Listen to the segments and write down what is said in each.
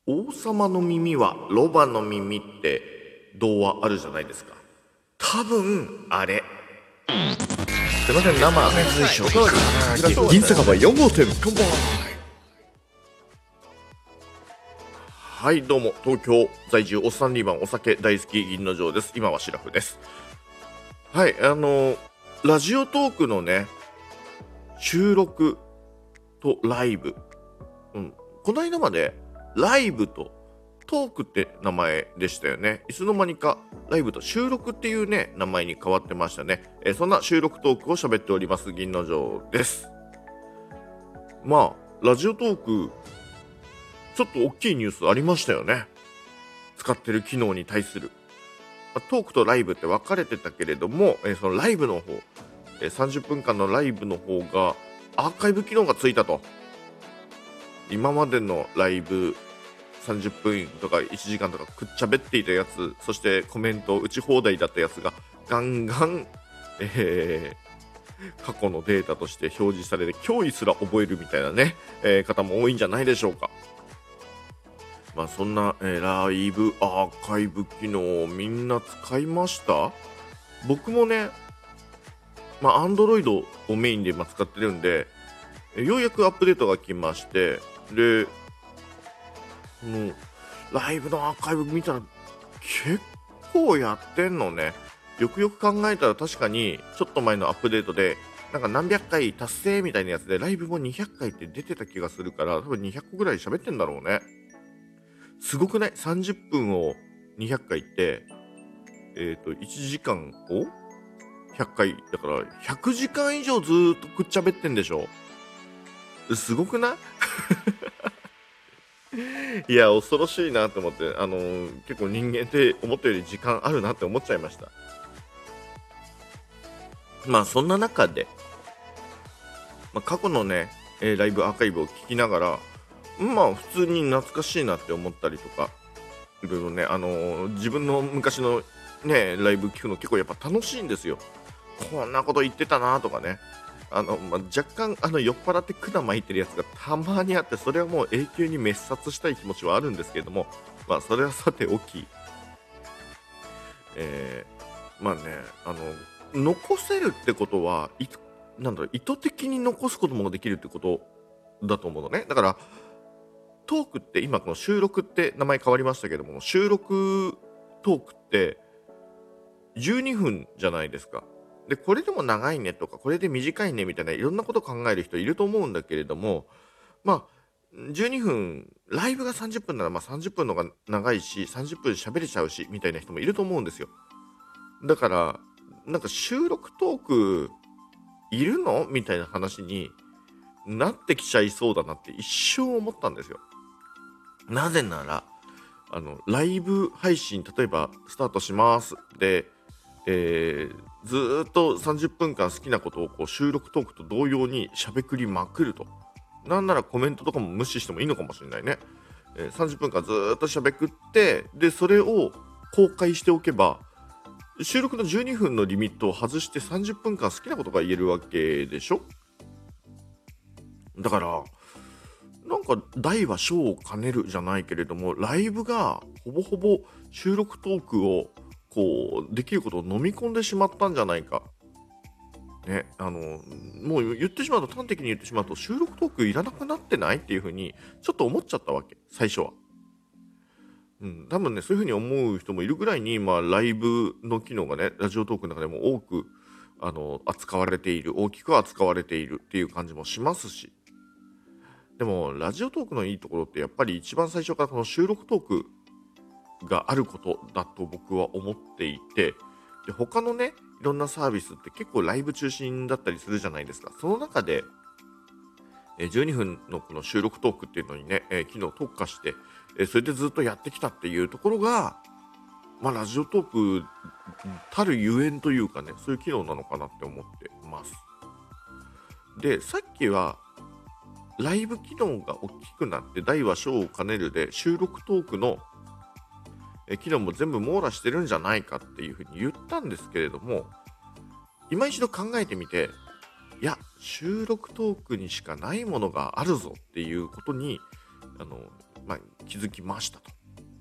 王様の耳はロバの耳って童話あるじゃないですか。多分あれ。すいません、生水晶銀酒場4号店乾杯。はい、どうも、東京在住おっさんリーマンお酒大好き銀の城です。今はシラフです。はい、ラジオトークのね、収録とライブ、この間までライブとトークって名前でしたよね。いつの間にかライブと収録っていうね名前に変わってましたね。そんな収録トークを喋っております銀の城です。まあラジオトークちょっと大きいニュースありましたよね。使ってる機能に対するトークとライブって分かれてたけれども、そのライブの方、30分間のライブの方がアーカイブ機能がついたと。今までのライブ30分とか1時間とかくっちゃべっていたやつ、そしてコメント打ち放題だったやつがガンガン、過去のデータとして表示されて脅威すら覚えるみたいなね、方も多いんじゃないでしょうか。まあそんな、ライブアーカイブ機能みんな使いました？僕もね、Android をメインで使ってるんで、ようやくアップデートが来まして、でライブのアーカイブ見たら結構やってんのね。よくよく考えたら確かにちょっと前のアップデートでなんか何百回達成みたいなやつでライブも200回って出てた気がするから、多分200個ぐらい喋ってんだろうね。すごくない？ 30 分を200回って1時間を100回だから100時間以上ずーっとくっちゃべってんでしょ。すごくない？いや、恐ろしいなと思って、結構人間って思ったより時間あるなって思っちゃいました。そんな中で、過去のね、ライブアーカイブを聞きながら、普通に懐かしいなって思ったりとか、いろいろね、自分の昔のね、ライブ聞くの結構やっぱ楽しいんですよ。こんなこと言ってたなとかね。若干酔っ払って管巻いてるやつがたまにあって、それはもう永久に滅殺したい気持ちはあるんですけれども、それはさておき、えまあね、残せるってことは、なんだろう、意図的に残すこともできるってことだと思うのね。だからトークって今この収録って名前変わりましたけども、収録トークって12分じゃないですか。で、これでも長いねとか、これで短いねみたいないろんなこと考える人いると思うんだけれども、まあ、12分、ライブが30分なら30分の方が長いし、30分喋れちゃうし、みたいな人もいると思うんですよ。だから、なんか収録トークいるのみたいな話になってきちゃいそうだなって一瞬思ったんですよ。なぜなら、ライブ配信、例えばスタートしますで、ずーっと30分間好きなことをこう収録トークと同様にしゃべくりまくると。なんならコメントとかも無視してもいいのかもしれないね。30分間ずーっとしゃべくって、で、それを公開しておけば、収録の12分のリミットを外して30分間好きなことが言えるわけでしょ。だから、なんか大は小を兼ねるじゃないけれども、ライブがほぼほぼ収録トークをこうできることを飲み込んでしまったんじゃないか。ね、もう言ってしまうと、端的に言ってしまうと、収録トークいらなくなってないっていう風にちょっと思っちゃったわけ、最初は。多分ね、そういう風に思う人もいるぐらいに、ライブの機能がね、ラジオトークの中でも多く扱われている、大きく扱われているっていう感じもしますし。でもラジオトークのいいところってやっぱり一番最初からこの収録トークがあることだと僕は思っていて、で他のねいろんなサービスって結構ライブ中心だったりするじゃないですか。その中で12分のこの収録トークっていうのにね、機能特化して、それでずっとやってきたっていうところが、ラジオトークたるゆえんというかね、そういう機能なのかなって思ってます。で、さっきはライブ機能が大きくなって大は小を兼ねるで収録トークの機能も全部網羅してるんじゃないかっていうふうに言ったんですけれども、今一度考えてみて、いや収録トークにしかないものがあるぞっていうことにあの気づきましたと。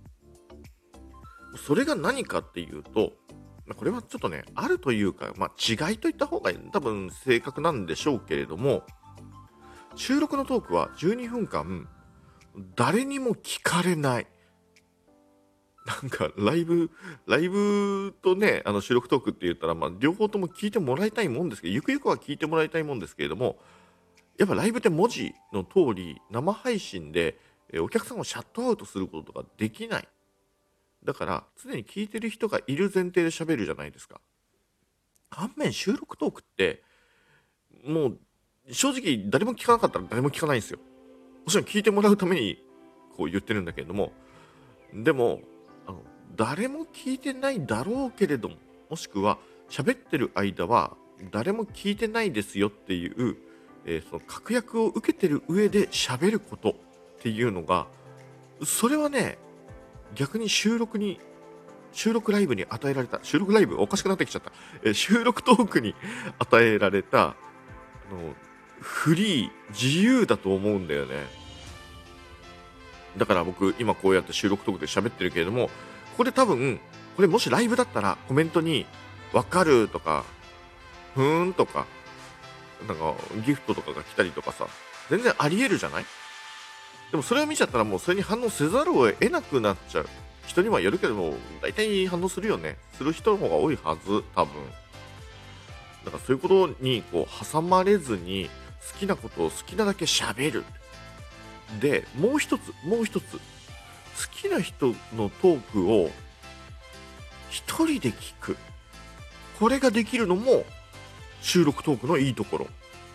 それが何かっていうと、これはちょっとね、あるというか、違いといった方が多分正確なんでしょうけれども、収録のトークは12分間、誰にも聞かれない。なんかライブとね、収録トークって言ったら、両方とも聞いてもらいたいもんですけど、ゆくゆくは聞いてもらいたいもんですけれども、やっぱライブって文字の通り、生配信で、お客さんをシャットアウトすることができない。だから、常に聞いてる人がいる前提で喋るじゃないですか。反面、収録トークって、もう、正直、誰も聞かなかったら誰も聞かないんですよ。もちろん聞いてもらうために、こう言ってるんだけれども、でも、あの、誰も聞いてないだろうけれども、もしくは、喋ってる間は、誰も聞いてないですよっていう、その確約を受けてる上で喋ることっていうのが、それはね、逆に収録ライブに与えられた、収録ライブおかしくなってきちゃった。収録トークに与えられた、フリー、自由だと思うんだよね。だから僕、今こうやって収録トークで喋ってるけれども、これ多分、これもしライブだったらコメントに、わかるとか、ふーんとか、なんかギフトとかが来たりとかさ、全然あり得るじゃない？でもそれを見ちゃったらもうそれに反応せざるを得なくなっちゃう。人にはよるけども、大体反応するよね。する人の方が多いはず、多分。だからそういうことにこう挟まれずに、好きなことを好きなだけ喋る。で、もう一つ。好きな人のトークを一人で聞く。これができるのも収録トークのいいところ。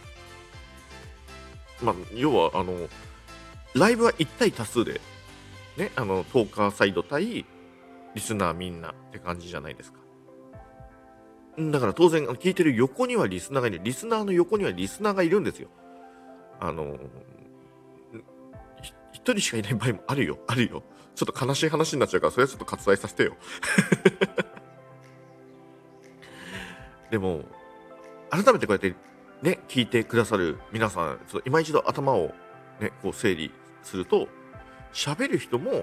要は、ライブは1対多数で、ね、トーカーサイド対リスナーみんなって感じじゃないですか。だから当然、聞いてる横にはリスナーがいる。リスナーの横にはリスナーがいるんですよ。あの、一人しかいない場合もあるよ。あるよ。ちょっと悲しい話になっちゃうから、それはちょっと割愛させてよ。でも、改めてこうやってね、聞いてくださる皆さん、今一度頭をね、こう整理すると、喋る人も、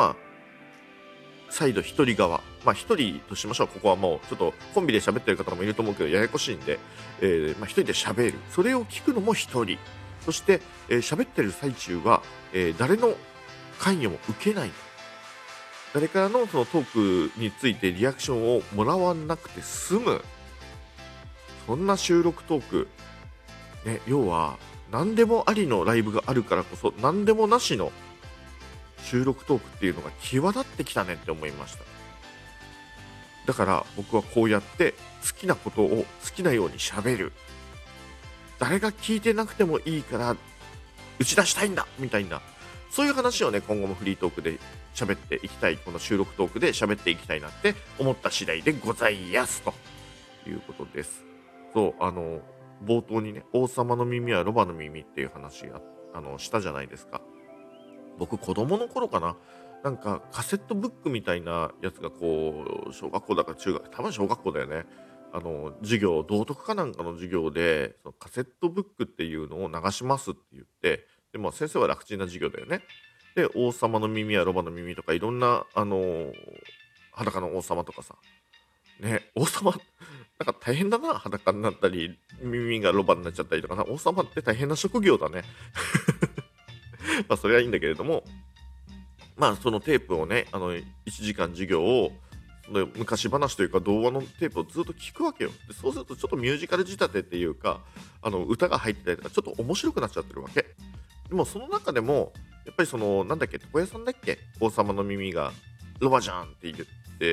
再度一人側、一人としましょう。ここはもうちょっとコンビで喋ってる方もいると思うけど、ややこしいんで、一人で喋る。それを聞くのも一人。そして、喋ってる最中は、誰の関与も受けない。誰からのそのトークについてリアクションをもらわなくて済む。そんな収録トーク。ね、要は、何でもありのライブがあるからこそ、何でもなしの収録トークっていうのが際立ってきたねって思いました。だから僕はこうやって好きなことを好きなように喋る。誰が聞いてなくてもいいから打ち出したいんだみたいな、そういう話をね、今後もフリートークで喋っていきたい、この収録トークで喋っていきたいなって思った次第でございますということです。そう、冒頭にね、王様の耳はロバの耳っていう話がしたじゃないですか。僕子供の頃かな、なんかカセットブックみたいなやつがこう小学校だか中学、多分小学校だよね、授業、道徳かなんかの授業でそのカセットブックっていうのを流しますって言って、でも先生は楽ちんな授業だよね。で、王様の耳やロバの耳とかいろんな裸の王様とかさ、ね、王様なんか大変だな、裸になったり耳がロバになっちゃったりとかな。王様って大変な職業だね。それはいいんだけれども、そのテープをね、1時間授業を、その昔話というか童話のテープをずっと聞くわけよ。でそうするとちょっとミュージカル仕立てっていうか、歌が入ってたりとか、ちょっと面白くなっちゃってるわけ。でもその中でも、やっぱりなんだっけ、床屋さんだっけ、王様の耳がロバじゃんって言って、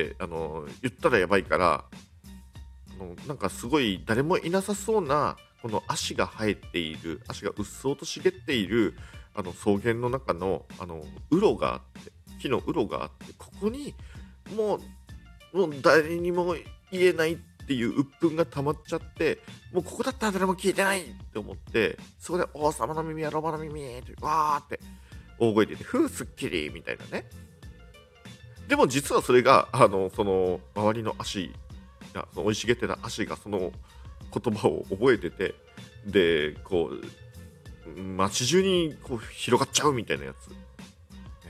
言ったらやばいから、なんかすごい誰もいなさそうな、この足が生えている、足がうっそうと茂っている、草原の中の、鱗があって、木の鱗があって、ここに、もう誰にも言えないっていう鬱憤が溜まっちゃって、もうここだったら誰も聞いてないって思って、そこで王様の耳はロバの耳って、わーって大声で言って、ふうすっきりみたいなね。でも実はそれが、その周りの足が、その生い茂ってた足がその言葉を覚えてて、で、こう、街中にこう広がっちゃうみたいなやつ。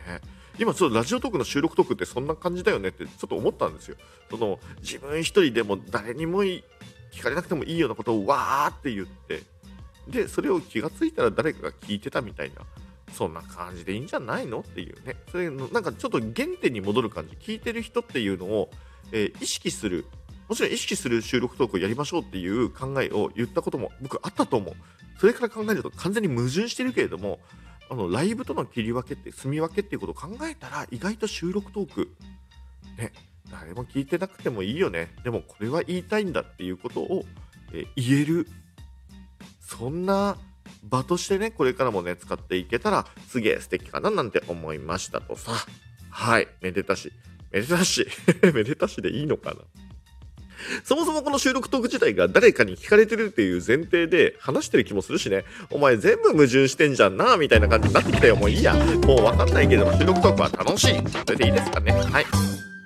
今ちょっとラジオトークの収録トークってそんな感じだよねってちょっと思ったんですよ。自分一人でも誰にも聞かれなくてもいいようなことをわーって言って、で、それを気がついたら誰かが聞いてたみたいな、そんな感じでいいんじゃないのっていうね。それのなんかちょっと原点に戻る感じ、聞いてる人っていうのを、意識する、もちろん意識する収録トークをやりましょうっていう考えを言ったことも僕あったと思う。それから考えると完全に矛盾してるけれども、ライブとの切り分けって、住み分けっていうことを考えたら、意外と収録トーク、ね、誰も聞いてなくてもいいよね。でもこれは言いたいんだっていうことを、言える。そんな場としてね、これからもね、使っていけたら、すげえ素敵かななんて思いましたとさ。はい、めでたし。めでたし。めでたしでいいのかな。そもそもこの収録トーク自体が誰かに聞かれてるっていう前提で話してる気もするしね。お前全部矛盾してんじゃんなみたいな感じになってきたよ。もういいや。もうわかんないけど収録トークは楽しい。それでいいですかね。はい。